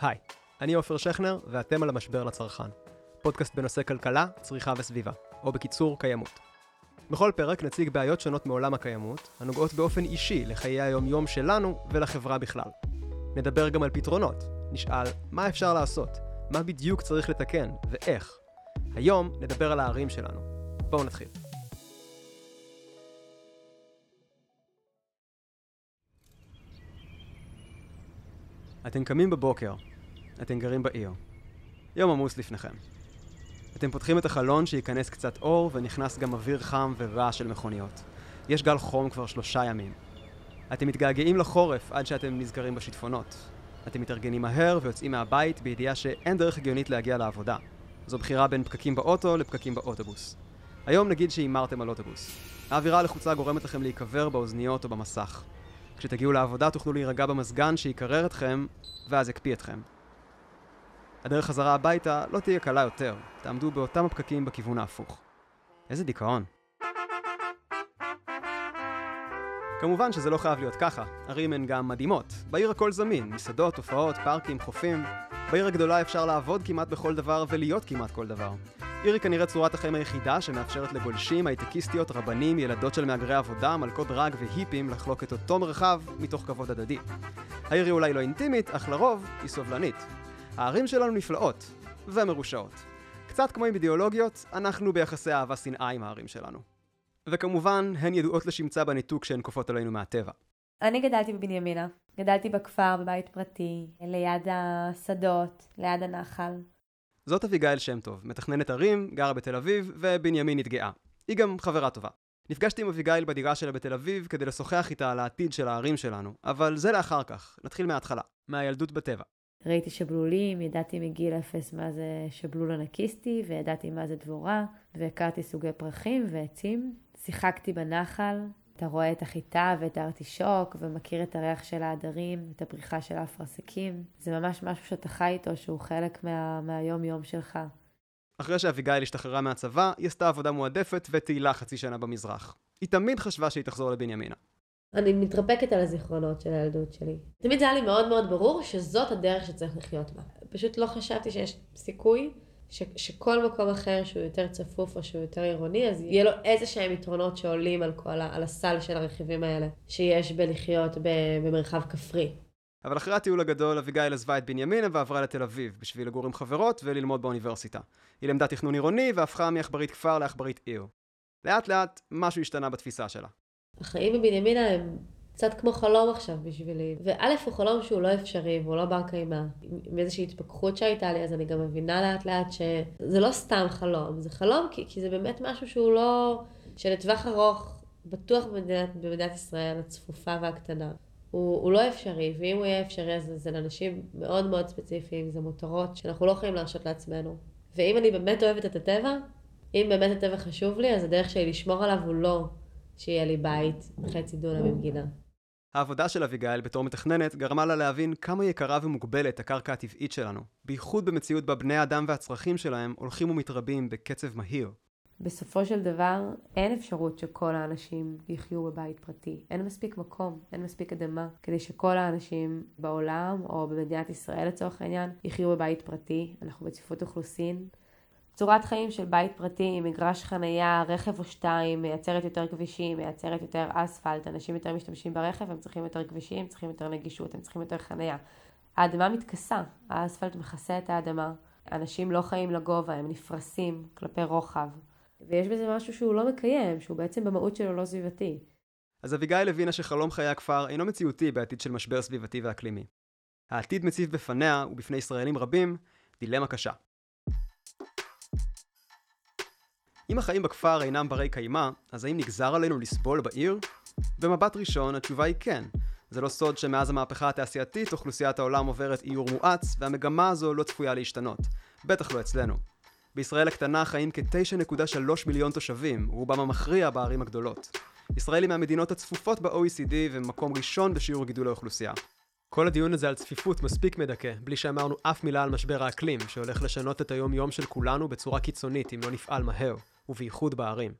היי, אני עופר שכנר ואתם על המשבר לצרכן. פודקאסט בנושא כלכלה, צריכה וסביבה, או בקיצור קיימות. בכל פרק נציג בעיות שונות מעולם הקיימות, הנוגעות באופן אישי לחיי היום-יום שלנו ולחברה בכלל. נדבר גם על פתרונות, נשאל מה אפשר לעשות, מה בדיוק צריך לתקן ואיך. היום נדבר על הערים שלנו. בואו נתחיל. אתם קמים בבוקר, אתם גרים בעיר. יום עמוס לפניכם. אתם פותחים את החלון שייכנס קצת אור ונכנס גם אוויר חם ורעש של מכוניות. יש גל חום כבר 3 ימים. אתם מתגעגעים לחורף עד שאתם נזכרים בשיטפונות. אתם מתארגנים מהר ויוצאים מהבית בידיעה שאין דרך הגיונית להגיע לעבודה. זו בחירה בין פקקים באוטו לפקקים באוטובוס. היום נגיד שהימרתם על אוטובוס. האווירה הלחוצה גורמת לכם להיקבר באוזניות או במסך. כשתגיעו לעבודה תוכלו להירגע במזגן שיקרר אתכם ואז יקפיא אתכם. הדרך חזרה הביתה לא תהיה קלה יותר, תעמדו באותם הפקקים בכיוון ההפוך. איזה דיכאון. כמובן שזה לא חייב להיות ככה, ערים הן גם מדהימות. בעיר הכל זמין, מסעדות, הופעות, פארקים, חופים. בעיר הגדולה אפשר לעבוד כמעט בכל דבר ולהיות כמעט כל דבר. עיר היא כנראה צורת החיים היחידה שמאפשרת לגולשים, הייטקיסטיות, רבנים, ילדות של מהגרי עבודה, מלכות דרג והיפים לחלוק את אותו מרחב מתוך כבוד הדדי. העיר היא אולי לא אינטימית, אך לרוב היא סובלנית. הערים שלנו נפלאות ומרושעות. קצת כמו עם אידיאולוגיות, אנחנו ביחסי אהבה שנאה עם הערים שלנו. וכמובן, הן ידועות לשמצה בניתוק שהן כופות עלינו מהטבע. אני גדלתי בבנימינה. גדלתי בכפר, בבית פרטי, ליד השדות, ליד הנחל. זאת אביגיל שם טוב, מתכננת ערים, גרה בתל אביב, ובנימין התגאה. היא גם חברה טובה. נפגשתי עם אביגיל בדירה שלה בתל אביב כדי לשוחח איתה על העתיד של הערים שלנו, אבל זה לאחר כך. נתחיל מההתחלה, מהילדות בטבע. ראיתי שבלולים, ידעתי מגיל 0 מה זה שבלול אנקיסטי, וידעתי מה זה דבורה, והכרתי סוגי פרחים ועצים. שיחקתי בנחל, אתה רואה את החיטה ואת הארטישוק, ומכיר את הריח של העדרים, את הפריחה של האפרסקים. זה ממש משהו שאתה חי איתו, שהוא חלק מהיום יום שלך. אחרי שאביגיל השתחררה מהצבא, היא עשתה עבודה מועדפת ותהילה 0.5 שנה במזרח. היא תמיד חשבה שהיא תחזור לבנימינה. אני מתרפקת על הזיכרונות של הילדות שלי. תמיד זה היה לי מאוד מאוד ברור שזאת הדרך שצריך לחיות בה. פשוט לא חשבתי שיש סיכוי שכל מקום אחר שהוא יותר צפוף או שהוא יותר עירוני, אז יהיה לו איזה שהם יתרונות שעולים על הסל של הרכיבים האלה, שיש בלחיות במרחב כפרי. אבל אחרי הטיול הגדול, אביגיל עזבה את בנימינה ועברה לתל אביב, בשביל לגור עם חברות וללמוד באוניברסיטה. היא למדה תכנון עירוני והפכה מעכברית כפר לעכברית עיר. לאט לאט משהו השתנה בתפיסה שלה. החיים בבנימינה הם קצת כמו חלום עכשיו בשבילי. וא' הוא חלום שהוא לא אפשרי והוא לא בר קיימא. עם איזושהי התפכחות שהייתה לי, אז אני גם מבינה לאט לאט שזה לא סתם חלום. זה חלום כי זה באמת משהו שהוא לא... שלטווח ארוך, בטוח במדינת ישראל, הצפופה והקטנה. הוא לא אפשרי, ואם הוא יהיה אפשרי, אז זה לאנשים מאוד מאוד ספציפיים, זה מותרות שאנחנו לא יכולים להרשות לעצמנו. ואם אני באמת אוהבת את הטבע, אם באמת הטבע חשוב לי, אז הדרך שלי לשמור עליו הוא לא שיהיה לי בית 0.5 דונם עם גינה. העבודה של אביגיל בתור מתכננת גרמה לה להבין כמה יקרה ומוגבלת הקרקע הטבעית שלנו, בייחוד במציאות בה בני האדם והצרכים שלהם הולכים ומתרבים בקצב מהיר. בסופו של דבר, אין אפשרות שכל האנשים יחיו בבית פרטי. אין מספיק מקום, אין מספיק אדמה, כדי שכל האנשים בעולם, או במדינת ישראל לצורך העניין, יחיו בבית פרטי. אנחנו בצפיפות אוכלוסין. צורת חיים של בית פרטי עם מגרש חנייה, רכב או 2, מייצרת יותר כבישים, מייצרת יותר אספלט, אנשים יותר משתמשים ברכב, הם צריכים יותר כבישים, צריכים יותר נגישות, הם צריכים יותר חנייה. האדמה מתכסה, האספלט מכסה את האדמה. אנשים לא חיים לגובה, הם נפרסים כלפי רוחב. ויש בזה משהו שהוא לא מקיים, שהוא בעצם במהות שלו לא סביבתי. אז אביגיל הבינה שחלום חיי הכפר אינו מציאותי בעתיד של משבר סביבתי ואקלימי. העתיד מציב בפניה ובפני ישראלים רבים דילמה קשה. אם החיים בכפר אינם ברי קיימא, אז האם נגזר עלינו לסבול בעיר? במבט ראשון התשובה היא כן. זה לא סוד שמאז המהפכה התעשייתית אוכלוסיית העולם עוברת איור מואץ, והמגמה הזו לא צפויה להשתנות. בטח לא אצלנו. בישראל הקטנה חיים כ-9.3 מיליון תושבים, רובם המכריע בערים הגדולות. ישראל היא מהמדינות הצפופות ב-OECD ומקום ראשון בשיעור גידול האוכלוסייה. כל הדיון הזה על צפיפות מספיק מדכא, בלי שאמרנו אף מילה על משבר האקלים, שהולך לשנות את היום יום של כולנו בצורה קיצונית אם לא נפעל מהר, ובייחוד בערים.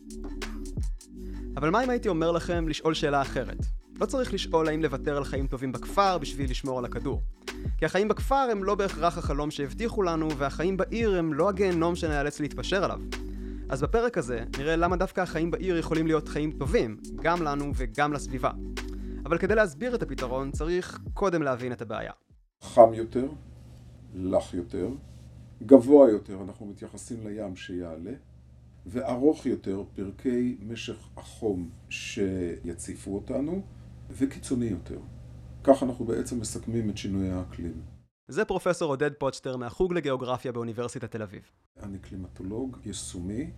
אבל מה אם הייתי אומר לכם לשאול שאלה אחרת? לא צריך לשאול האם לוותר על חיים טובים בכפר בשביל לשמור על הכדור. כי החיים בכפר הם לא בהכרח החלום שהבטיחו לנו, והחיים בעיר הם לא הגיהנום שנאלץ להתפשר עליו. אז בפרק הזה נראה למה דווקא החיים בעיר יכולים להיות חיים טובים, גם לנו וגם לסביבה. אבל כדי להסביר את הפתרון צריך קודם להבין את הבעיה. חם יותר, לח יותר, גבוה יותר, אנחנו מתייחסים לים שיעלה, וארוך יותר, פרקי משך החום שיציפו אותנו, וקיצוני יותר. כך אנחנו בעצם מסכמים את שינוי האקלים. זה פרופסור עודד פוצ'טר מהחוג לגיאוגרפיה באוניברסיטת תל אביב. אני קלימטולוג יישומי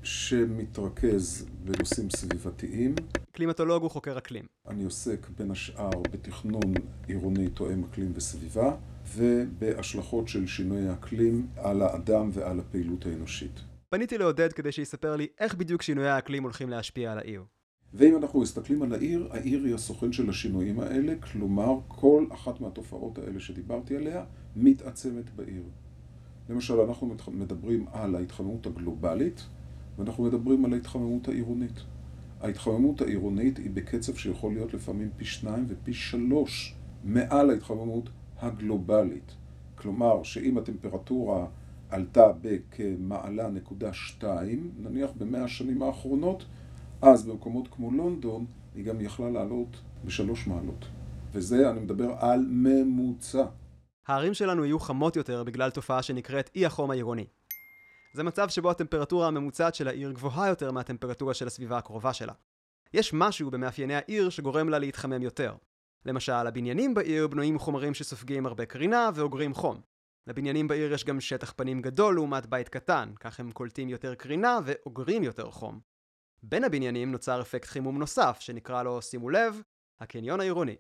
שמתרכז בנושאים סביבתיים. קלימטולוג הוא חוקר אקלים. אני עוסק בין השאר בתכנון עירוני תואם אקלים וסביבה, ובהשלכות של שינוי האקלים על האדם ועל הפעילות האנושית. פניתי לעודד כדי שיספר לי איך בדיוק שינויי האקלים הולכים להשפיע על העיר. ואם אנחנו מסתכלים על העיר, העיר היא הסוכן של השינויים האלה, כלומר כל אחת מהתופעות האלה שדיברתי עליה מתעצמת בעיר. למשל, אנחנו מדברים על ההתחממות הגלובלית, ואנחנו מדברים על ההתחממות העירונית. ההתחממות העירונית היא בקצב שיכול להיות לפעמים פי 2 ופי 3 מעל ההתחממות הגלובלית. כלומר, שאם הטמפרטורה עלתה בכמעלה נקודה 2, נניח ב100 השנים האחרונות, אז במקומות כמו לונדון היא גם יכלה לעלות ב3 מעלות. וזה, אני מדבר על ממוצע. הערים שלנו יהיו חמות יותר בגלל תופעה שנקראת אי החום העירוני. זה מצב שבו הטמפרטורה הממוצעת של העיר גבוהה יותר מהטמפרטורה של הסביבה הקרובה שלה. יש משהו במאפייני העיר שגורם לה להתחמם יותר. למשל, הבניינים בעיר בנויים חומרים שסופגים הרבה קרינה ואוגרים חום. לבניינים בעיר יש גם שטח פנים גדול לעומת בית קטן, כך הם קולטים יותר קרינה ואוגרים יותר חום. בין הבניינים נוצר אפקט חימום נוסף, שנקרא לו, שימו לב, הקניון העירוני.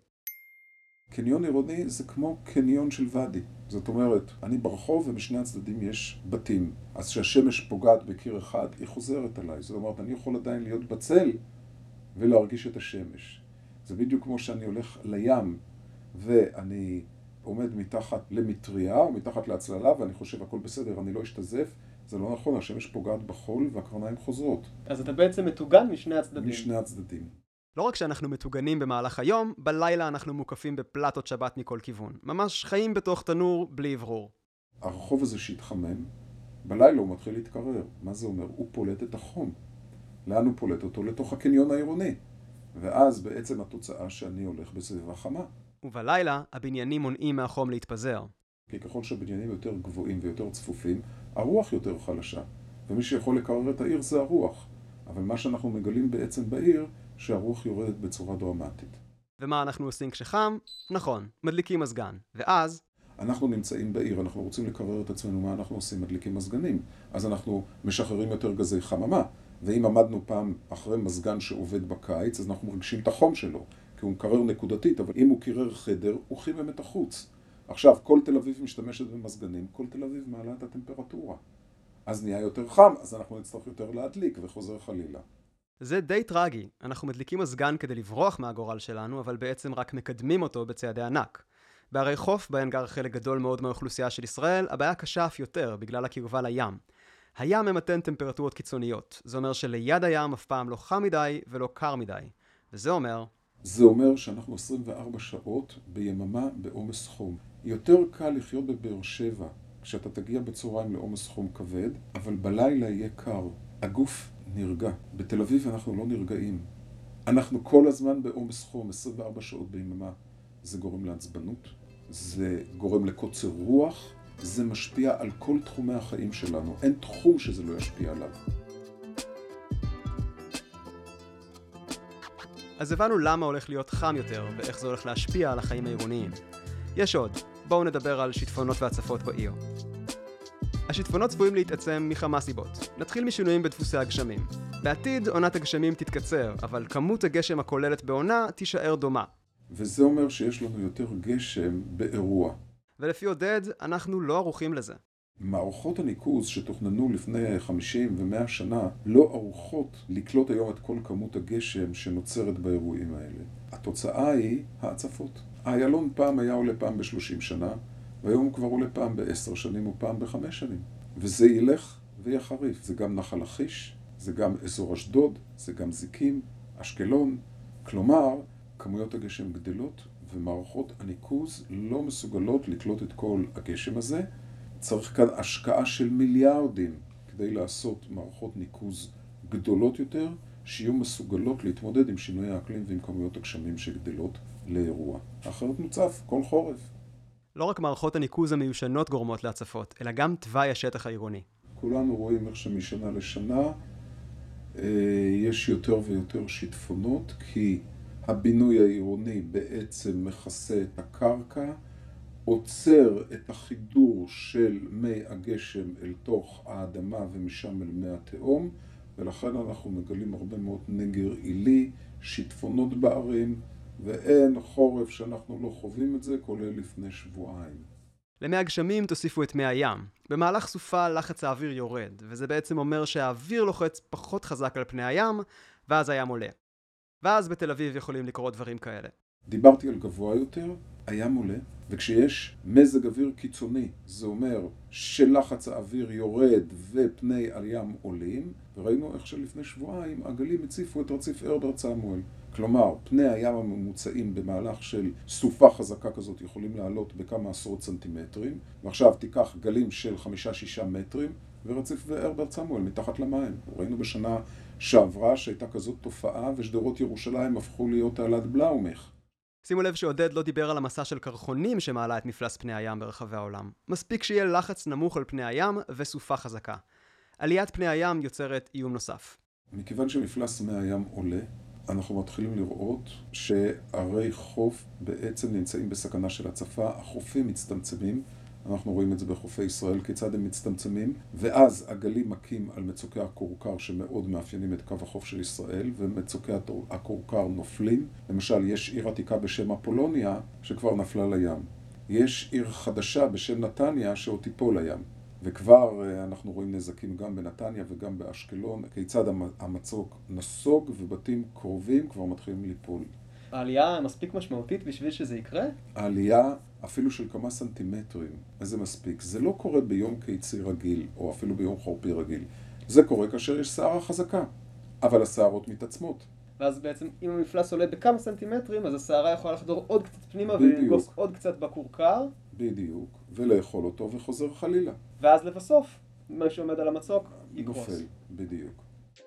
קניון עירוני זה כמו קניון של ואדי. זאת אומרת, אני ברחוב ובשני הצדדים יש בתים. אז כשהשמש פוגעת בקיר אחד, היא חוזרת עליי. זאת אומרת, אני יכול עדיין להיות בצל ולהרגיש את השמש. זה בדיוק כמו שאני הולך לים ואני עומד מתחת למטריה או מתחת להצללה ואני חושב הכל בסדר, אני לא אשתזף. זה לא נכון, השמש פוגעת בחול והקרניים חוזרות. אז אתה בעצם מטוגן משני הצדדים. משני הצדדים. לא רק שאנחנו מטוגנים במהלך היום, בלילה אנחנו מוקפים בפלטות שבת מכל כיוון. ממש חיים בתוך תנור בלי אוורור. הרחוב הזה שהתחמם, בלילה הוא מתחיל להתקרר. מה זה אומר? הוא פולט את החום. לאן הוא פולט אותו? לתוך הקניון העירוני. ואז בעצם התוצאה שאני הולך בסביבה חמה. ובלילה הבניינים מונעים מהחום להתפזר. כי ככל שהבניינים יותר גבוהים ויותר צפופים, הרוח יותר חלשה. ומי שיכול לקרר את העיר זה הרוח. אבל מה שאנחנו מגלים בעצם בעיר, שהרוח יורדת בצורה דרמטית. ומה אנחנו עושים כשחם? נכון, מדליקים מזגן. ואז אנחנו נמצאים בעיר, אנחנו רוצים לקרר את עצמנו, מה אנחנו עושים? מדליקים מזגנים. אז אנחנו משחררים יותר גזי חממה. ואם עמדנו פעם אחרי מזגן שעובד בקיץ, אז אנחנו מרגישים את החום שלו. כי הוא מקרר נקודתית, אבל אם הוא קירר חדר, הוא חימם את החוץ. עכשיו, כל תל אביב משתמשת במזגנים, כל תל אביב מעלה את הטמפרטורה. אז נהיה יותר חם, אז אנחנו נצטרך יותר להדליק וחוזר חלילה. זה די טרגי. אנחנו מדליקים מזגן כדי לברוח מהגורל שלנו, אבל בעצם רק מקדמים אותו בצעדי ענק. בערי חוף, בהן גר חלק גדול מאוד מהאוכלוסייה של ישראל, הבעיה קשה אף יותר בגלל הקרבה לים. הים ממתן טמפרטורות קיצוניות. זה אומר שליד הים אף פעם לא חם מדי ולא קר מדי. וזה אומר... זה אומר שאנחנו 24 שעות ביממה בעומס חום. יותר קל לחיות בבאר שבע כשאתה תגיע בצהריים לעומס חום כבד, אבל בלילה יהיה קר. הגוף נרגע. בתל אביב אנחנו לא נרגעים. אנחנו כל הזמן בעומס חום, 24 שעות ביממה. זה גורם לעצבנות, זה גורם לקוצר רוח, זה משפיע על כל תחומי החיים שלנו. אין תחום שזה לא ישפיע עליו. אז הבנו למה הולך להיות חם יותר ואיך זה הולך להשפיע על החיים העירוניים. יש עוד. בואו נדבר על שיטפונות והצפות בעיר. השיטפונות צפויים להתעצם מכמה סיבות. נתחיל משינויים בדפוסי הגשמים. בעתיד עונת הגשמים תתקצר, אבל כמות הגשם הכוללת בעונה תישאר דומה. וזה אומר שיש לנו יותר גשם באירוע. ולפי עודד, אנחנו לא ערוכים לזה. מערכות הניקוז שתוכננו לפני 50 ו100 שנה לא ערוכות לקלוט היום את כל כמות הגשם שנוצרת באירועים האלה. התוצאה היא ההצפות. האיילון פעם היה עולה פעם ב30 שנה, והיום הוא כבר עולה פעם ב10 שנים או פעם ב5 שנים. וזה ילך ויחריף. זה גם נחל לכיש, זה גם אזור אשדוד, זה גם זיקים, אשקלון. כלומר, כמויות הגשם גדלות ומערכות הניקוז לא מסוגלות לקלוט את כל הגשם הזה. צריך כאן השקעה של מיליארדים כדי לעשות מערכות ניקוז גדולות יותר, שיהיו מסוגלות להתמודד עם שינוי האקלים ועם כמויות הגשמים שגדלות לאירוע. אחרת מוצף כל חורף. לא רק מערכות הניקוז המיושנות גורמות להצפות, אלא גם תוואי השטח העירוני. כולנו רואים איך שמשנה לשנה יש יותר ויותר שיטפונות, כי הבינוי העירוני בעצם מכסה את הקרקע, עוצר את החידור של מי הגשם אל תוך האדמה ומשם אל מי התהום, ולכן אנחנו מגלים הרבה מאוד נגר עילי, שיטפונות בערים, ואין חורף שאנחנו לא חווים את זה, כולל לפני שבועיים. למי הגשמים תוסיפו את מי הים. במהלך סופה לחץ האוויר יורד, וזה בעצם אומר שהאוויר לוחץ פחות חזק על פני הים, ואז הים עולה. ואז בתל אביב יכולים לקרות דברים כאלה. דיברתי על גבוה יותר, הים עולה, וכשיש מזג אוויר קיצוני, זה אומר שלחץ האוויר יורד ופני הים עולים, וראינו איך שלפני שבועיים הגלים הציפו את רציף הרברט סמואל. כלומר, פני הים הממוצעים במהלך של סופה חזקה כזאת יכולים לעלות בכמה עשרות סנטימטרים, ועכשיו תיקח גלים של 5-6 מטרים, ורציף הרברט סמואל מתחת למים. ראינו בשנה שעברה שהייתה כזאת תופעה, ושדרות ירושלים הפכו להיות תעלת בלאומך. שימו לב שעודד לא דיבר על המסע של קרחונים שמעלה את מפלס פני הים ברחבי העולם. מספיק שיהיה לחץ נמוך על פני הים וסופה חזקה. עליית פני הים יוצרת איום נוסף. מכיוון שמפלס מי הים עולה, אנחנו מתחילים לראות שערי חוף בעצם נמצאים בסכנה של הצפה, החופים מצטמצמים, אנחנו רואים את זה בחופי ישראל, כיצד הם מצטמצמים, ואז הגלים מכים על מצוקי הכורכר שמאוד מאפיינים את קו החוף של ישראל, ומצוקי הכורכר נופלים. למשל, יש עיר עתיקה בשם אפולוניה שכבר נפלה לים. יש עיר חדשה בשם נתניה שעוד תיפול לים. וכבר אנחנו רואים נזקים גם בנתניה וגם באשקלון, כיצד המצוק נסוג ובתים קרובים כבר מתחילים ליפול. העלייה מספיק משמעותית בשביל שזה יקרה? העלייה אפילו של כמה סנטימטרים, אז זה מספיק. זה לא קורה ביום קיצי רגיל, או אפילו ביום חורפי רגיל. זה קורה כאשר יש סערה חזקה, אבל הסערות מתעצמות. ואז בעצם אם המפלס עולה בכמה סנטימטרים, אז הסערה יכולה לחדור עוד קצת פנימה ולנגוס עוד קצת בכורכר. בדיוק, ולאכול אותו וחוזר חלילה. ואז לבסוף, מה שעומד על המצוק יקרוס. נופל, בדיוק.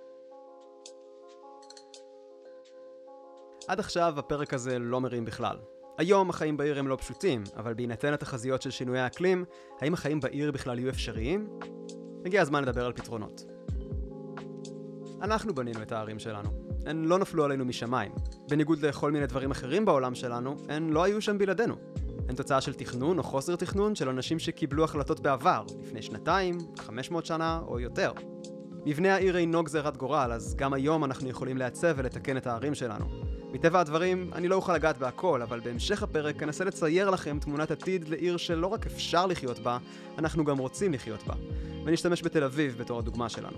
עד עכשיו הפרק הזה לא מרים בכלל. היום החיים בעיר הם לא פשוטים, אבל בהינתן התחזיות של שינויי האקלים, האם החיים בעיר בכלל יהיו אפשריים? הגיע הזמן לדבר על פתרונות. אנחנו בנינו את הערים שלנו. הן לא נפלו עלינו משמיים. בניגוד לכל מיני דברים אחרים בעולם שלנו, הן לא היו שם בלעדינו. הן תוצאה של תכנון או חוסר תכנון של אנשים שקיבלו החלטות בעבר, לפני 200, 500 שנה או יותר. מבנה העיר אינו גזירת גורל, אז גם היום אנחנו יכולים לעצב ולתקן את הערים שלנו. מטבע הדברים, אני לא אוכל לגעת בהכל, אבל בהמשך הפרק אנסה לצייר לכם תמונת עתיד לעיר שלא רק אפשר לחיות בה, אנחנו גם רוצים לחיות בה. ונשתמש בתל אביב בתור הדוגמה שלנו.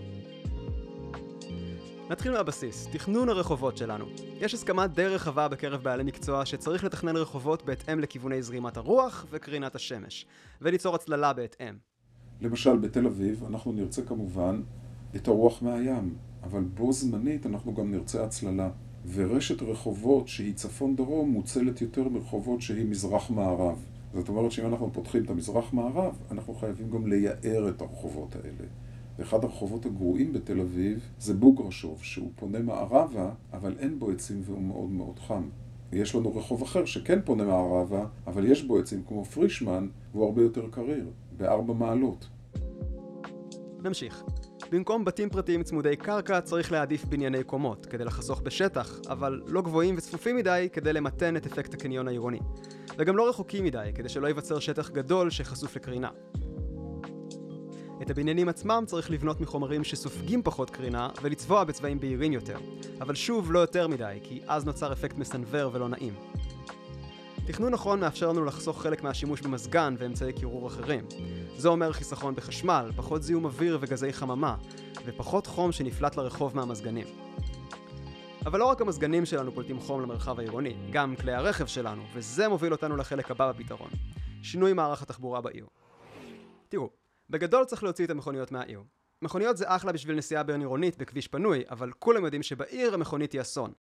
נתחיל מהבסיס, תכנון הרחובות שלנו. יש הסכמה די רחבה בקרב בעלי מקצוע שצריך לתכנן רחובות בהתאם לכיווני זרימת הרוח וקרינת השמש, וליצור הצללה בהתאם. למשל, בתל אביב אנחנו נרצה כמובן את הרוח מהים, אבל בו זמנית אנחנו גם נרצה הצללה. ורשת רחובות שהיא צפון-דרום מוצלת יותר מרחובות שהיא מזרח-מערב. זאת אומרת שאם אנחנו פותחים את המזרח-מערב, אנחנו חייבים גם לייער את הרחובות האלה. ואחד הרחובות הגרועים בתל אביב זה בוגרשוב, שהוא פונה מערבה, אבל אין בו עצים והוא מאוד מאוד חם. יש לנו רחוב אחר שכן פונה מערבה, אבל יש בו עצים כמו פרישמן, והוא הרבה יותר קריר, ב4 מעלות. נמשיך. במקום בתים פרטיים צמודי קרקע צריך להעדיף בנייני קומות, כדי לחסוך בשטח, אבל לא גבוהים וצפופים מדי כדי למתן את אפקט הקניון העירוני. וגם לא רחוקים מדי, כדי שלא ייווצר שטח גדול שחשוף לקרינה. את הבניינים עצמם צריך לבנות מחומרים שסופגים פחות קרינה ולצבוע בצבעים בהירים יותר. אבל שוב, לא יותר מדי, כי אז נוצר אפקט מסנבר ולא נעים. תכנון נכון מאפשר לנו לחסוך חלק מהשימוש במזגן ואמצעי קירור אחרים. זה אומר חיסכון בחשמל, פחות זיהום אוויר וגזי חממה, ופחות חום שנפלט לרחוב מהמזגנים. אבל לא רק המזגנים שלנו פולטים חום למרחב העירוני, גם כלי הרכב שלנו, וזה מוביל אותנו לחלק הבא בפתרון. שינוי מערך התחבורה בעיר. תראו, בגדול צריך להוציא את המכוניות מהעיר. מכוניות זה אחלה בשביל נסיעה בין עירונית בכביש פנוי, אבל כולם יודעים שבעיר המכונית היא אסון.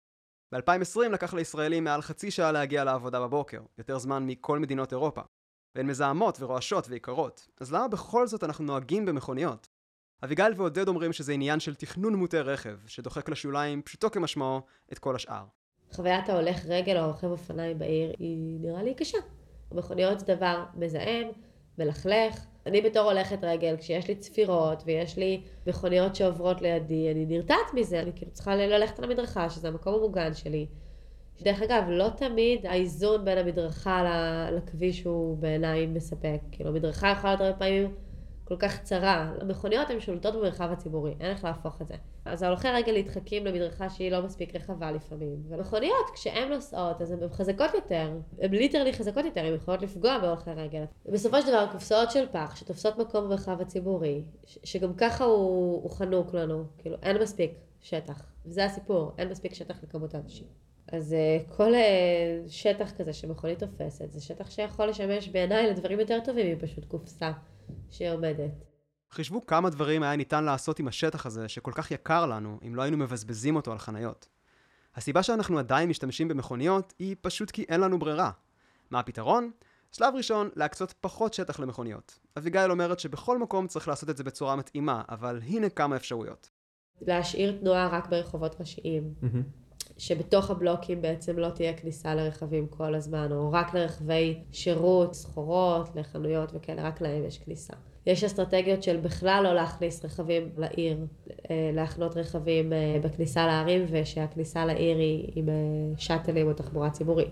ב-2020 לקח לישראלים מעל חצי שעה להגיע לעבודה בבוקר, יותר זמן מכל מדינות אירופה. והן מזהמות ורועשות ויקרות, אז למה בכל זאת אנחנו נוהגים במכוניות? אביגיל ועודד אומרים שזה עניין של תכנון מוטה רכב, שדוחק לשוליים פשוטו כמשמעו את כל השאר. חוויית ההולך רגל או רוכב אופניים בעיר היא נראה לי קשה. מכוניות זה דבר מזהם, מלכלך. אני בתור הולכת רגל, כשיש לי צפירות ויש לי מכוניות שעוברות לידי, אני נרתעת מזה, אני כאילו צריכה ללכת על המדרכה, שזה המקום המוגן שלי. דרך אגב, לא תמיד האיזון בין המדרכה לכביש הוא בעיניי מספק. כאילו, המדרכה יכולה להיות הרבה פעמים כל כך צרה. המכוניות הן שולטות במרחב הציבורי, אין איך להפוך את זה. אז ההולכי רגל נדחקים למדרכה שהיא לא מספיק רחבה לפעמים. ומכוניות, כשהן נוסעות, אז הן חזקות יותר. הן ליטרלי חזקות יותר, הן יכולות לפגוע בהולכי רגל. בסופו של דבר, קופסאות של פח שתופסות מקום במרחב הציבורי, שגם ככה הוא חנוק לנו. כאילו, אין מספיק שטח. וזה הסיפור, אין מספיק שטח לכמות האנשים. אז כל שטח כזה שמכונית תופסת, זה שטח שיכול לשמש בעיניי לדברים יותר טובים מפשוט קופסה שעומדת. חישבו כמה דברים היה ניתן לעשות עם השטח הזה שכל כך יקר לנו אם לא היינו מבזבזים אותו על חניות. הסיבה שאנחנו עדיין משתמשים במכוניות היא פשוט כי אין לנו ברירה. מה הפתרון? שלב ראשון, להקצות פחות שטח למכוניות. אביגיל אומרת שבכל מקום צריך לעשות את זה בצורה מתאימה, אבל הנה כמה אפשרויות. להשאיר תנועה רק ברחובות ראשיים. שבתוך הבלוקים בעצם לא תהיה כניסה לרכבים כל הזמן, או רק לרכבי שירות, סחורות, לחנויות וכאלה, רק להם יש כניסה. יש אסטרטגיות של בכלל לא להכניס רכבים לעיר, להחנות רכבים בכניסה לערים, ושהכניסה לעיר היא עם שטלים או תחבורה ציבורית.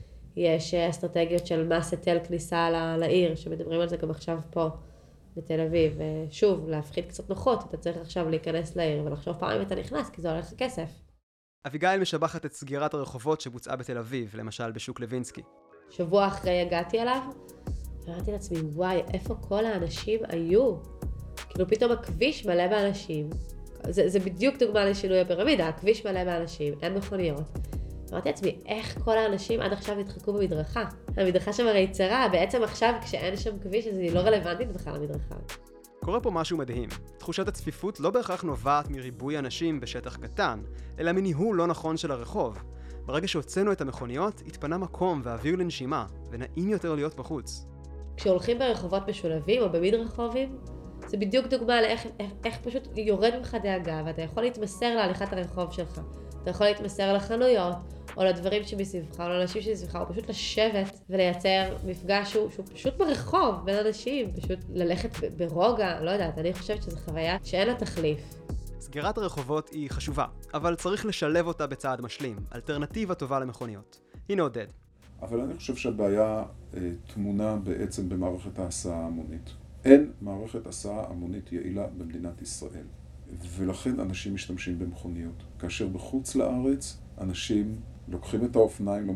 יש אסטרטגיות של מס היטל כניסה לעיר, שמדברים על זה גם עכשיו פה בתל אביב. ושוב, להפחית קצת נוחות, אתה צריך עכשיו להיכנס לעיר ולחשוב פעם אם אתה נכנס, כי זה הולך כסף. אביגיל משבחת את סגירת הרחובות שבוצעה בתל אביב, למשל בשוק לוינסקי. שבוע אחרי הגעתי אליו, ואמרתי לעצמי, וואי, איפה כל האנשים היו? כאילו פתאום הכביש מלא באנשים. זה בדיוק דוגמה לשינוי הפירמידה, הכביש מלא באנשים, אין מכוניות. אמרתי לעצמי, איך כל האנשים עד עכשיו נדחקו במדרכה? המדרכה שם הרי צרה, בעצם עכשיו כשאין שם כביש, אז היא לא רלוונטית בכלל למדרכה. קורה פה משהו מדהים. תחושת הצפיפות לא בהכרח נובעת מריבוי אנשים בשטח קטן, אלא מניהול לא נכון של הרחוב. ברגע שהוצאנו את המכוניות, התפנה מקום ואוויר לנשימה, ונעים יותר להיות בחוץ. כשהולכים ברחובות משולבים או במדרחובים, זה בדיוק דוגמה לאיך פשוט יורד ממך דאגה, ואתה יכול להתמסר להליכת הרחוב שלך. אתה יכול להתמסר לחנויות, או לדברים שמסביבך, או לאנשים שמסביבך, או פשוט לשבת ולייצר מפגש שהוא פשוט ברחוב בין אנשים, פשוט ללכת ברוגע, לא יודעת, אני חושבת שזו חוויה שאין לה תחליף. סגירת הרחובות היא חשובה, אבל צריך לשלב אותה בצעד משלים, אלטרנטיבה טובה למכוניות. הנה עודד. אבל אני חושב שהבעיה תמונה בעצם במערכת ההסעה המונית. אין מערכת הסעה המונית יעילה במדינת ישראל, ולכן אנשים משתמשים במכוניות. כאשר בחוץ לארץ אנשים לוקחים את האופניים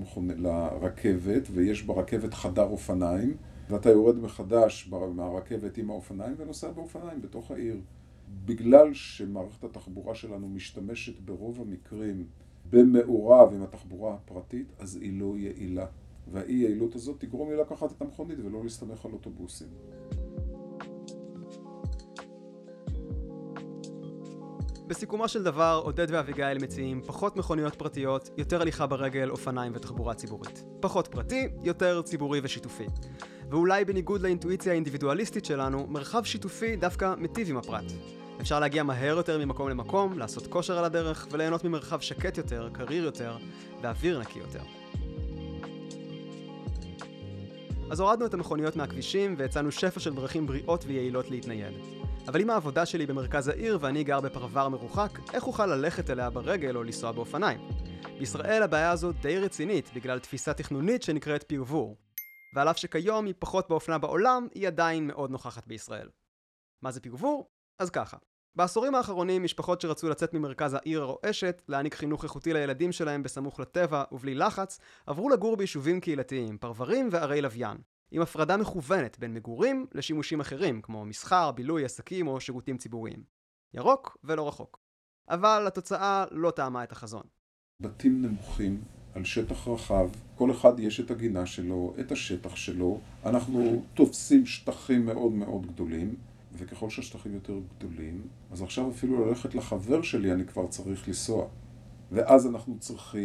לרכבת, ויש ברכבת חדר אופניים, ואתה יורד מחדש מהרכבת עם האופניים ונוסע באופניים בתוך העיר. בגלל שמערכת התחבורה שלנו משתמשת ברוב המקרים במעורב עם התחבורה הפרטית, אז היא לא יעילה. והאי יעילות הזאת תגרום לי לקחת את המכונית ולא להסתמך על אוטובוסים. בסיכומו של דבר, עודד ואביגיל מציעים פחות מכוניות פרטיות, יותר הליכה ברגל, אופניים ותחבורה ציבורית. פחות פרטי, יותר ציבורי ושיתופי. ואולי בניגוד לאינטואיציה האינדיבידואליסטית שלנו, מרחב שיתופי דווקא מטיב עם הפרט. אפשר להגיע מהר יותר ממקום למקום, לעשות כושר על הדרך וליהנות ממרחב שקט יותר, קריר יותר ואוויר נקי יותר. אז הורדנו את המכוניות מהכבישים והצענו שפע של דרכים בריאות ויעילות להתנייד. אבל אם העבודה שלי במרכז העיר ואני גר בפרבר מרוחק, איך אוכל ללכת אליה ברגל או לנסוע באופניים? בישראל הבעיה הזו די רצינית בגלל תפיסה תכנונית שנקראת פרבור. ועל אף שכיום היא פחות באופנה בעולם, היא עדיין מאוד נוכחת בישראל. מה זה פרבור? אז ככה. בעשורים האחרונים משפחות שרצו לצאת ממרכז העיר הרועשת, להעניק חינוך איכותי לילדים שלהם בסמוך לטבע ובלי לחץ, עברו לגור ביישובים קהילתיים, פרברים וערי לוויין. עם הפרדה מכוונת בין מגורים לשימושים אחרים, כמו מסחר, בילוי, עסקים או שירותים ציבוריים. ירוק ולא רחוק. אבל התוצאה לא טעמה את החזון. בתים נמוכים על שטח רחב, כל אחד יש את הגינה שלו, את השטח שלו. אנחנו תופסים שטחים מאוד מאוד גדולים, וככל שהשטחים יותר גדולים, אז עכשיו אפילו ללכת לחבר שלי אני כבר צריך לנסוע. ואז אנחנו צריכים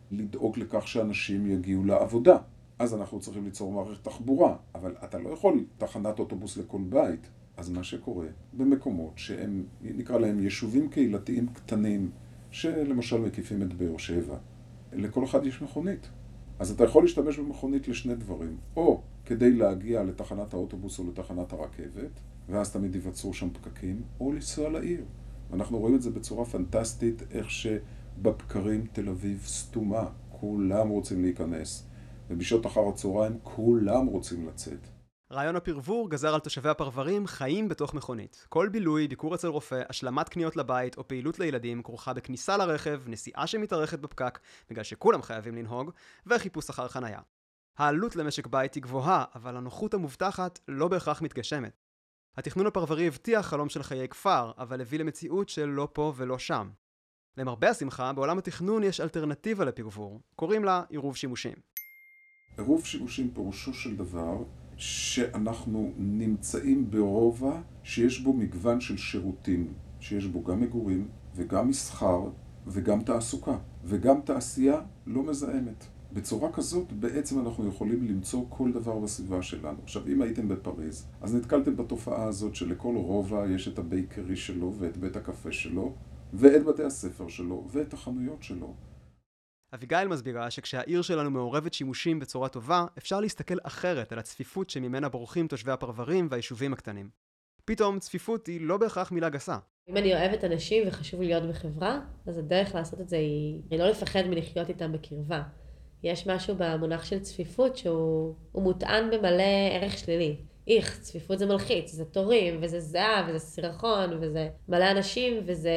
לדאוג לכך שאנשים יגיעו לעבודה. אז אנחנו צריכים ליצור מערכת תחבורה, אבל אתה לא יכול תחנת אוטובוס לכל בית. אז מה שקורה במקומות שהם, נקרא להם יישובים קהילתיים קטנים, שלמשל מקיפים את באר שבע, לכל אחד יש מכונית. אז אתה יכול להשתמש במכונית לשני דברים, או כדי להגיע לתחנת האוטובוס או לתחנת הרכבת, ואז תמיד ייווצרו שם פקקים, או לנסוע לעיר. אנחנו רואים את זה בצורה פנטסטית, איך שבבקרים תל אביב סתומה, כולם רוצים להיכנס, ובשעות אחר הצהריים כולם רוצים לצאת. רעיון הפרבור גזר על תושבי הפרברים חיים בתוך מכונית. כל בילוי, ביקור אצל רופא, השלמת קניות לבית או פעילות לילדים כרוכה בכניסה לרכב, נסיעה שמתארכת בפקק, בגלל שכולם חייבים לנהוג, וחיפוש אחר חנייה. העלות למשק בית היא גבוהה, אבל הנוחות המובטחת לא בהכרח מתגשמת. התכנון הפרברי הבטיח חלום של חיי כפר, אבל הביא למציאות של לא פה ולא שם. למרבה השמחה, בעולם התכנון יש אלטרנטיבה לפרבור. קוראים לה עירוב שימושים. עירוב שימושים פירושו של דבר שאנחנו נמצאים ברובע שיש בו מגוון של שירותים, שיש בו גם מגורים וגם מסחר וגם תעסוקה וגם תעשייה לא מזהמת. בצורה כזאת בעצם אנחנו יכולים למצוא כל דבר בסביבה שלנו. עכשיו, אם הייתם בפריז, אז נתקלתם בתופעה הזאת שלכל רובע יש את הבייקרי שלו ואת בית הקפה שלו ואת בתי הספר שלו ואת החנויות שלו. אביגיל מסבירה שכשהעיר שלנו מעורבת שימושים בצורה טובה, אפשר להסתכל אחרת על הצפיפות שממנה בורחים תושבי הפרברים והיישובים הקטנים. פתאום צפיפות היא לא בהכרח מילה גסה. אם אני אוהבת אנשים וחשוב לי להיות בחברה, אז הדרך לעשות את זה היא לא לפחד מלחיות איתם בקרבה. יש משהו במונח של צפיפות שהוא מוטען במלא ערך שלילי. צפיפות זה מלחיץ, זה תורים, וזה זהב, וזה סירחון, וזה מלא אנשים, וזה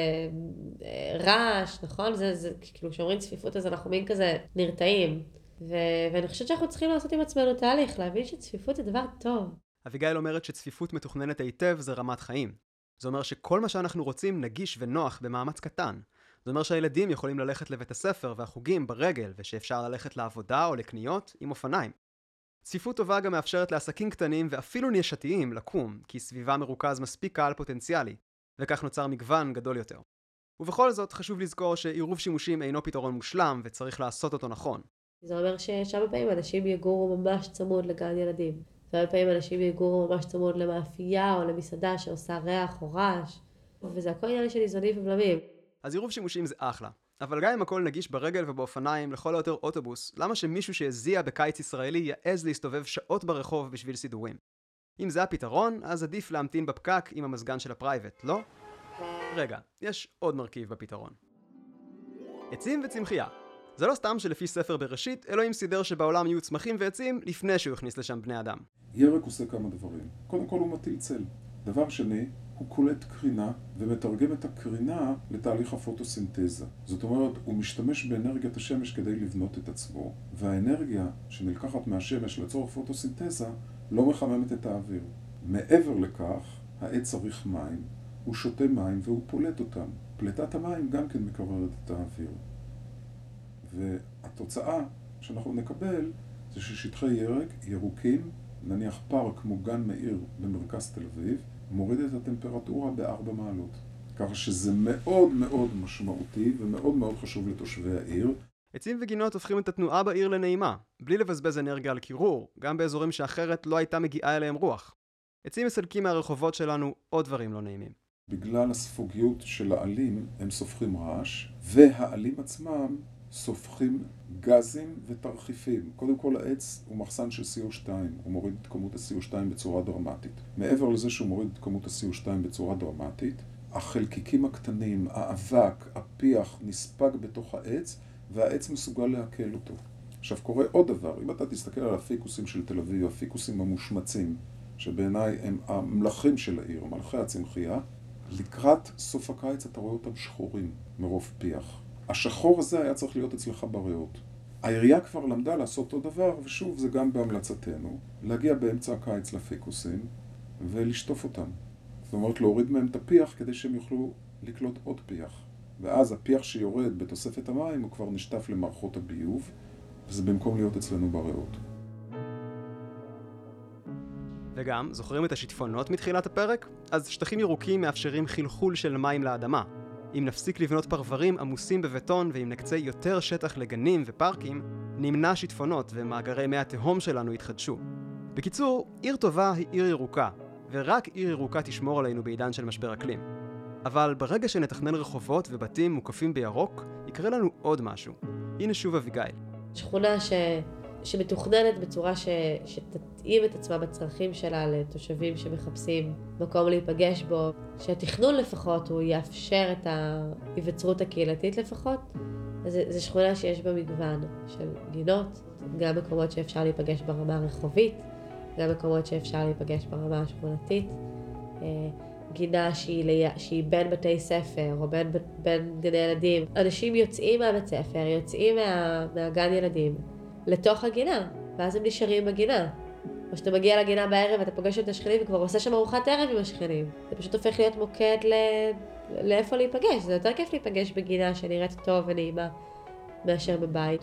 רעש, נכון? זה כאילו כשאומרים צפיפות אז אנחנו מין כזה נרתעים. ואני חושבת שאנחנו צריכים לעשות עם עצמנו תהליך, להבין שצפיפות זה דבר טוב. אביגיל אומרת שצפיפות מתוכננת היטב זה רמת חיים. זה אומר שכל מה שאנחנו רוצים נגיש ונוח במאמץ קטן. זה אומר שהילדים יכולים ללכת לבית הספר והחוגים ברגל, ושאפשר ללכת לעבודה או לקניות עם אופניים. צפיפות טובה גם מאפשרת לעסקים קטנים ואפילו נישתיים לקום, כי סביבה מרוכז מספיק קהל פוטנציאלי, וכך נוצר מגוון גדול יותר. ובכל זאת חשוב לזכור שעירוב שימושים אינו פתרון מושלם וצריך לעשות אותו נכון. זה אומר ששם פעמים אנשים יגורו ממש צמוד לגן ילדים. והרבה פעמים אנשים יגורו ממש צמוד למאפייה או למסעדה שעושה ריח או רעש. וזה הכל עניין של איזונים ובלמים. אז עירוב שימושים זה אחלה. אבל גם אם הכל נגיש ברגל ובאופניים, לכל היותר אוטובוס, למה שמישהו שהזיע בקיץ ישראלי יעז להסתובב שעות ברחוב בשביל סידורים? אם זה הפתרון, אז עדיף להמתין בפקק עם המזגן של הפרייבט, לא? רגע, יש עוד מרכיב בפתרון. עצים וצמחייה. זה לא סתם שלפי ספר בראשית, אלוהים סידר שבעולם יהיו צמחים ועצים לפני שהוא הכניס לשם בני אדם. ירק עושה כמה דברים. קודם כל הוא מטיל צל. דבר שני, הוא קולט קרינה ומתרגם את הקרינה לתהליך הפוטוסינתזה. זאת אומרת, הוא משתמש באנרגיית השמש כדי לבנות את עצמו, והאנרגיה שנלקחת מהשמש לצורך פוטוסינתזה לא מחממת את האוויר. מעבר לכך, העץ צריך מים, הוא שותה מים והוא פולט אותם. פלטת המים גם כן מקררת את האוויר. והתוצאה שאנחנו נקבל זה ששטחי ירק ירוקים, נניח פארק מוגן מאיר במרכז תל אביב, מוריד את הטמפרטורה ב4 מעלות. ככה שזה מאוד מאוד משמעותי ומאוד מאוד חשוב לתושבי העיר. עצים וגינות הופכים את התנועה בעיר לנעימה, בלי לבזבז אנרגיה על קירור, גם באזורים שאחרת לא הייתה מגיעה אליהם רוח. עצים מסלקים מהרחובות שלנו עוד דברים לא נעימים. בגלל הספוגיות של העלים הם סופחים רעש, והעלים עצמם סופחים גזים ותרחיפים. קודם כל העץ הוא מחסן של CO2, הוא מוריד את כמות ה-CO2 בצורה דרמטית. מעבר לזה שהוא מוריד את כמות ה-CO2 בצורה דרמטית, החלקיקים הקטנים, האבק, הפיח נספג בתוך העץ, והעץ מסוגל לעכל אותו. עכשיו קורה עוד דבר, אם אתה תסתכל על הפיקוסים של תל אביב, הפיקוסים המושמצים, שבעיניי הם המלכים של העיר, מלכי הצמחייה, לקראת סוף הקיץ אתה רואה אותם שחורים מרוב פיח. השחור הזה היה צריך להיות אצלך בריאות. העירייה כבר למדה לעשות אותו דבר, ושוב זה גם בהמלצתנו, להגיע באמצע הקיץ לפיקוסים ולשטוף אותם. זאת אומרת להוריד מהם את הפיח כדי שהם יוכלו לקלוט עוד פיח. ואז הפיח שיורד בתוספת המים הוא כבר נשטף למערכות הביוב, וזה במקום להיות אצלנו בריאות. וגם, זוכרים את השיטפונות מתחילת הפרק? אז שטחים ירוקים מאפשרים חלחול של מים לאדמה. אם נפסיק לבנות פרברים עמוסים בבטון ואם נקצה יותר שטח לגנים ופארקים, נמנע שיטפונות ומאגרי מי התהום שלנו יתחדשו. בקיצור, עיר טובה היא עיר ירוקה, ורק עיר ירוקה תשמור עלינו בעידן של משבר אקלים. אבל ברגע שנתכנן רחובות ובתים מוקפים בירוק, יקרה לנו עוד משהו. הנה שוב אביגיל. שכונה שמתוכננת בצורה שתתאים את עצמה בצרכים שלה לתושבים שמחפשים מקום להיפגש בו, שהתכנון לפחות הוא יאפשר את ההיווצרות הקהילתית לפחות. אז זו שכונה שיש בה מגוון של גינות, גם מקומות שאפשר להיפגש ברמה הרחובית, גם מקומות שאפשר להיפגש ברמה השכונתית. גינה שהיא בין בתי ספר או בין גני ילדים. אנשים יוצאים מהבית ספר, יוצאים מהגן ילדים לתוך הגינה, ואז הם נשארים בגינה. או שאתה מגיע לגינה בערב ואתה פוגש את השכנים וכבר עושה שם ארוחת ערב עם השכנים. זה פשוט הופך להיות מוקד לאיפה להיפגש. זה יותר כיף להיפגש בגינה שנראית טוב ונעימה מאשר בבית.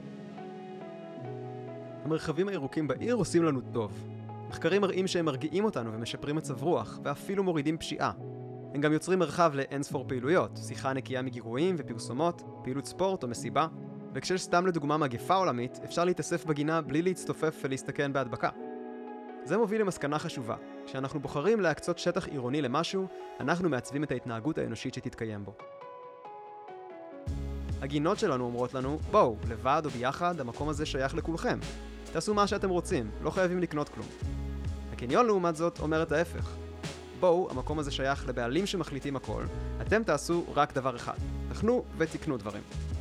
המרחבים הירוקים בעיר עושים לנו טוב. מחקרים מראים שהם מרגיעים אותנו ומשפרים מצב רוח, ואפילו מורידים פשיעה. הם גם יוצרים מרחב לאינספור פעילויות, שיחה נקייה מגירויים ופרסומות, פעילות ספורט או מסיבה, וכשיש סתם לדוגמה מגפה עולמית, אפשר להתאסף בגינה בלי להצטופף ולהסתכן בהדבקה. זה מוביל למסקנה חשובה. כשאנחנו בוחרים להקצות שטח עירוני למשהו, אנחנו מעצבים את ההתנהגות האנושית שתתקיים בו. הגינות שלנו אומרות לנו, בואו, לבד או ביחד, המקום הזה שייך לכולכם. תעשו מה שאתם רוצים, לא חייבים לקנות כלום. הקניון לעומת זאת אומר את ההפך. בואו, המקום הזה שייך לבעלים שמחליטים הכל, אתם תעשו רק דבר אחד. תכנו ותקנו דברים.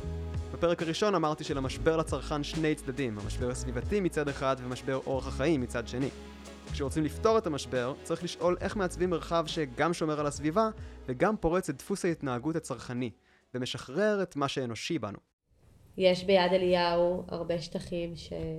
בפרק הראשון אמרתי שלמשבר לצרכן שני צדדים, המשבר הסביבתי מצד אחד ומשבר אורח החיים מצד שני. כשרוצים לפתור את המשבר, צריך לשאול איך מעצבים מרחב שגם שומר על הסביבה וגם פורץ את דפוס ההתנהגות הצרכני, ומשחרר את מה שאנושי בנו. יש ביד אליהו הרבה שטחים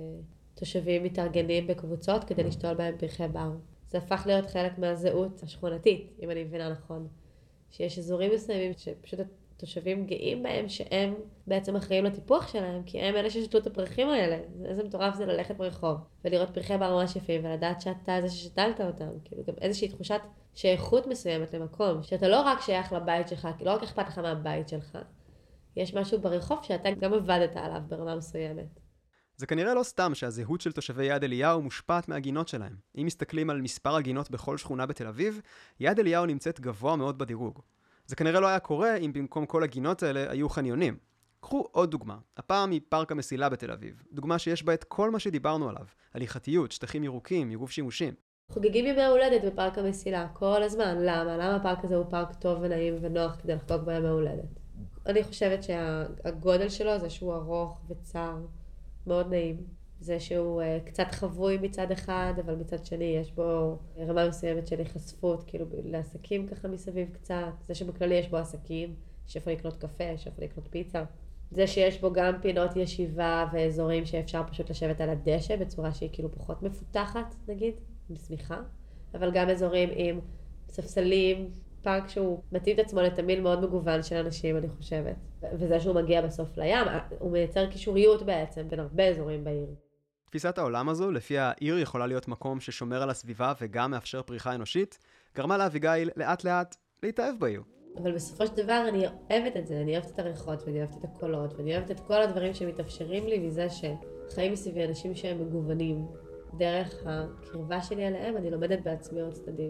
שתושבים מתארגנים בקבוצות כדי לשתול בהם פרחי בר. זה הפך להיות חלק מהזהות השכונתית, אם אני מבינה נכון. שיש אזורים מסוימים שפשוט התושבים גאים בהם שהם בעצם אחראים לטיפוח שלהם, כי הם אלה ששתלו את הפרחים האלה. איזה מטורף זה ללכת ברחוב ולראות פרחי בר ממש יפים ולדעת שאתה זה ששתלת אותם. כאילו גם איזושהי תחושת שייכות מסוימת למקום, שאתה לא רק שייך לבית שלך, לא רק אכפת לך מהבית שלך. יש משהו ברחוב שאתה גם עבדת עליו ברמה מסוימת. זה כנראה לא סתם שהזהות של תושבי יד אליהו מושפעת מהגינות שלהם. אם מסתכלים על מספר הגינות בכל שכונה בתל אביב, יד אליהו נמצאת גבוה מאוד בדירוג. זה כנראה לא היה קורה אם במקום כל הגינות האלה היו חניונים. קחו עוד דוגמה, הפעם היא פארק המסילה בתל אביב. דוגמה שיש בה את כל מה שדיברנו עליו, הליכתיות, שטחים ירוקים, עירוב שימושים. חוגגים ימי הולדת בפארק המסילה כל הזמן. למה? למה הפארק הזה הוא פארק טוב ונעים ונוח כדי לחגוג בימי הולדת? אני חושבת שהגודל שלו זה שהוא ארוך וצר, מאוד נעים. זה שהוא קצת חבוי מצד אחד, אבל מצד שני יש בו רמה מסוימת של חשפות, כאילו לעסקים ככה מסביב קצת. זה שבכללי יש בו עסקים, שאיפה לקנות קפה, שאיפה לקנות פיצה. זה שיש בו גם פינות ישיבה ואזורים שאפשר פשוט לשבת על הדשא בצורה שהיא כאילו פחות מפותחת, נגיד, עם סמיכה. אבל גם אזורים עם ספסלים, פארק שהוא מתאים את עצמו לתמיל מאוד מגוון של אנשים, אני חושבת. וזה שהוא מגיע בסוף לים, הוא מייצר קישוריות בעצם בין הרבה אזורים בעיר. תפיסת העולם הזו, לפיה העיר יכולה להיות מקום ששומר על הסביבה וגם מאפשר פריחה אנושית, גרמה לאביגיל לאט לאט להתאהב בעיר. אבל בסופו של דבר אני אוהבת את זה, אני אוהבת את הריחות ואני אוהבת את הקולות ואני אוהבת את כל הדברים שמתאפשרים לי מזה שחיים מסביבי אנשים שהם מגוונים. דרך הקרבה שלי עליהם אני לומדת בעצמי עוד צדדים.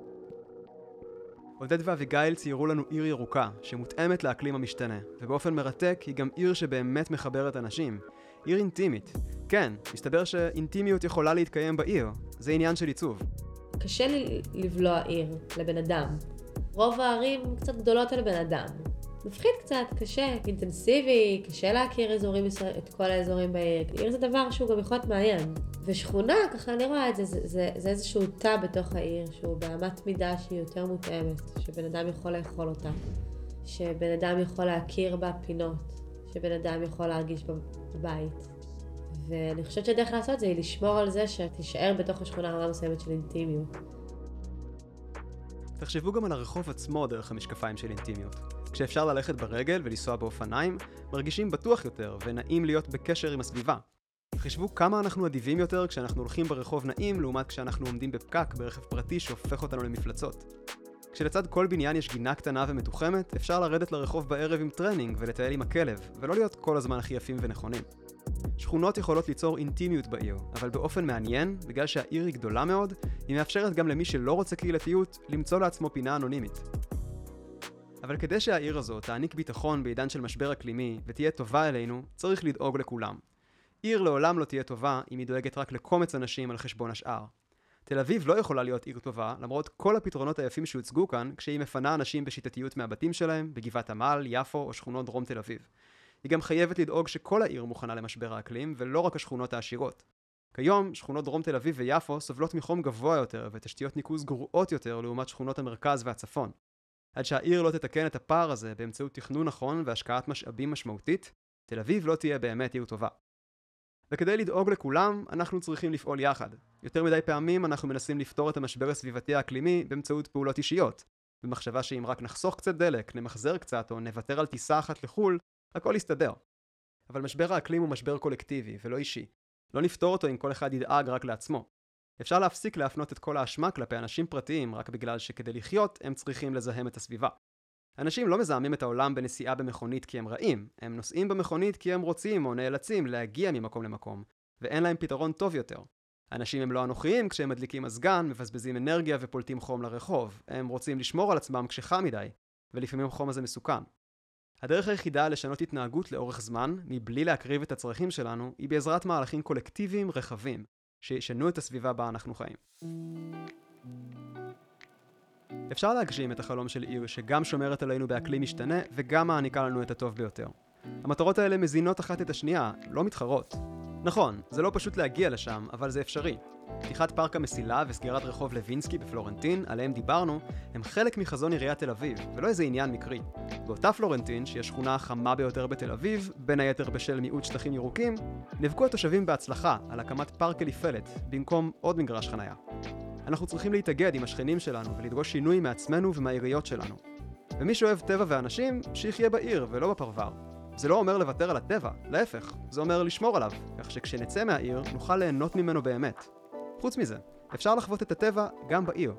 עודד ואביגיל ציירו לנו עיר ירוקה שמותאמת לאקלים המשתנה, ובאופן מרתק היא גם עיר שבאמת מחברת אנשים. עיר אינטימית. כן, מסתבר שאינטימיות יכולה להתקיים בעיר. זה עניין של עיצוב. קשה לי לבלוע עיר לבן אדם. רוב הערים קצת גדולות על בן אדם. מפחיד קצת, קשה, אינטנסיבי, קשה להכיר את כל האזורים בעיר. עיר זה דבר שהוא גם יכול להיות מעניין. ושכונה, ככה אני רואה את זה, זה איזשהו תא בתוך העיר, שהוא באמת מידה שהיא יותר מותאמת, שבן אדם יכול לאכול אותה, שבן אדם יכול להכיר בה פינות, שבן אדם יכול להרגיש בבית. ואני חושבת שהדרך לעשות זה היא לשמור על זה שתישאר בתוך השכונה רמה מסוימת של אינטימיות. תחשבו גם על הרחוב עצמו דרך המשקפיים של אינטימיות. כשאפשר ללכת ברגל ולנסוע באופניים, מרגישים בטוח יותר ונעים להיות בקשר עם הסביבה. חשבו כמה אנחנו אדיבים יותר כשאנחנו הולכים ברחוב נעים, לעומת כשאנחנו עומדים בפקק ברכב פרטי שהופך אותנו למפלצות. כשלצד כל בניין יש גינה קטנה ומתוחמת, אפשר לרדת לרחוב בערב עם טרנינג ולטייל עם הכלב, ולא להיות כל הזמן הכי יפים ונכונים. שכונות יכולות ליצור אינטימיות בעיר, אבל באופן מעניין, בגלל שהעיר היא גדולה מאוד, היא מאפשרת גם למי שלא רוצה קהילתיות, למצוא לעצמו פינה אנונימית. אבל כדי שהעיר הזו תעניק ביטחון בעידן של משבר אקלימי ותהיה טובה אלינו, צריך לדאוג לכולם. עיר לעולם לא תהיה טובה אם היא דואגת רק לקומץ אנשים על חשבון השאר. תל אביב לא יכולה להיות עיר טובה, למרות כל הפתרונות היפים שהוצגו כאן, כשהיא מפנה אנשים בשיטתיות מהבתים שלהם, בגבעת עמל, יפו או שכונות דרום תל אביב. היא גם חייבת לדאוג שכל העיר מוכנה למשבר האקלים, ולא רק השכונות העשירות. כיום, שכונות דרום תל אביב ויפו סובלות מחום גבוה יותר ותשתיות ניקוז גרועות יותר לעומת שכונות המרכז והצפון. עד שהעיר לא תתקן את הפער הזה באמצעות תכנון נכון והשקעת משאבים משמעותית, תל אביב לא תהיה באמת עיר טובה. וכדי לדאוג לכולם, אנחנו צריכים לפעול יחד. יותר מדי פעמים אנחנו מנסים לפתור את המשבר הסביבתי האקלימי באמצעות פעולות אישיות. במחשבה שאם רק נחסוך קצת דלק, נמחזר קצת או נוותר על טיסה אחת לחול, הכל יסתדר. אבל משבר האקלים הוא משבר קולקטיבי ולא אישי. לא נפתור אותו אם כל אחד ידאג רק לעצמו. אפשר להפסיק להפנות את כל האשמה כלפי אנשים פרטיים רק בגלל שכדי לחיות הם צריכים לזהם את הסביבה. אנשים לא מזהמים את העולם בנסיעה במכונית כי הם רעים, הם נוסעים במכונית כי הם רוצים או נאלצים להגיע ממקום למקום, ואין להם פתרון טוב יותר. אנשים הם לא אנוכיים כשהם מדליקים מזגן, מבזבזים אנרגיה ופולטים חום לרחוב, הם רוצים לשמור על עצמם כשחם מדי, ולפעמים החום הזה מסוכן. הדרך היחידה לשנות התנהגות לאורך זמן, מבלי להקריב את הצרכים שלנו, היא בעזרת מהלכים קולקטיביים רחבים, שישנו את הסביבה בה אנחנו חיים. אפשר להגשים את החלום של עיר שגם שומרת עלינו באקלים משתנה וגם מעניקה לנו את הטוב ביותר. המטרות האלה מזינות אחת את השנייה, לא מתחרות. נכון, זה לא פשוט להגיע לשם, אבל זה אפשרי. פתיחת פארק המסילה וסגירת רחוב לוינסקי בפלורנטין, עליהם דיברנו, הם חלק מחזון עיריית תל אביב, ולא איזה עניין מקרי. באותה פלורנטין, שהיא השכונה החמה ביותר בתל אביב, בין היתר בשל מיעוט שטחים ירוקים, נאבקו התושבים בהצלחה על הקמת פארק אליפלט, במקום עוד מגרש חנייה. אנחנו צריכים להתאגד עם השכנים שלנו ולדרוש שינוי מעצמנו ומהעיריות שלנו. ומי שאוהב טבע ואנשים, שיחיה בעיר ולא בפרבר. זה לא אומר לוותר על הטבע, להפך, זה אומר לשמור עליו, כך שכשנצא מהעיר נוכל ליהנות ממנו באמת. חוץ מזה, אפשר לחוות את הטבע גם בעיר.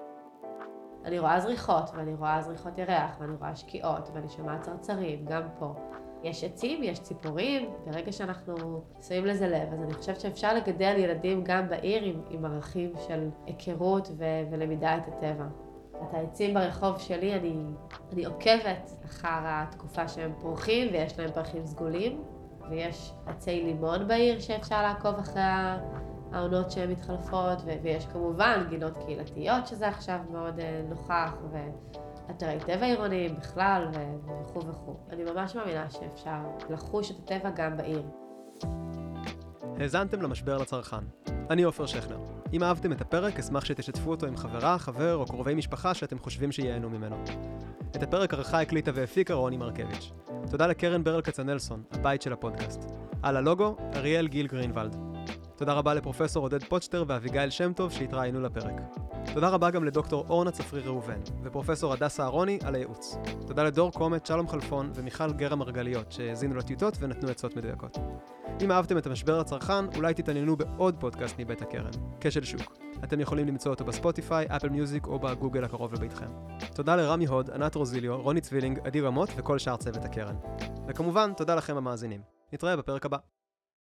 אני רואה זריחות, ואני רואה זריחות ירח, ואני רואה שקיעות, ואני שומעת צרצרים, גם פה. יש עצים, יש ציפורים, ברגע שאנחנו שמים לזה לב, אז אני חושבת שאפשר לגדל ילדים גם בעיר עם ערכים של היכרות ולמידה את הטבע. את העצים ברחוב שלי, אני עוקבת אחר התקופה שהם פורחים, ויש להם פרחים סגולים, ויש עצי לימון בעיר שאפשר לעקוב אחרי העונות שהן מתחלפות, ויש כמובן גינות קהילתיות שזה עכשיו מאוד נוכח, ואתרי טבע עירוניים בכלל וכו' וכו'. אני ממש מאמינה שאפשר לחוש את הטבע גם בעיר. האזנתם למשבר לצרכן. אני עופר שכנר. אם אהבתם את הפרק, אשמח שתשתפו אותו עם חברה, חבר או קרובי משפחה שאתם חושבים שיהנו ממנו. את הפרק ערכה, הקליטה והפיקה רוני מרקביץ'. תודה לקרן ברל כצנלסון, הבית של הפודקאסט. על הלוגו, אריאל גיל גרינוולד. תודה רבה לפרופסור עודד פוצ'טר ואביגיל שם טוב שהתראיינו לפרק. תודה רבה גם לדוקטור אורנה צפרי ראובן ופרופסור הדס אהרוני על הייעוץ. תודה לדור קומט, שלום חלפון ומיכל גרה מרגליות שהזינו לטיוטות ונתנו עצות מדויקות. אם אהבתם את המשבר לצרכן, אולי תתעניינו בעוד פודקאסט מבית הקרן, כשל שוק. אתם יכולים למצוא אותו בספוטיפיי, אפל מיוזיק או בגוגל הקרוב לביתכם. תודה לרמי הוד, ענת רוזיליו, רוני צווילינג, עדי רמות וכל שאר צוות הקרן. וכמובן, תודה לכם המאזינים. נתראה בפרק הבא.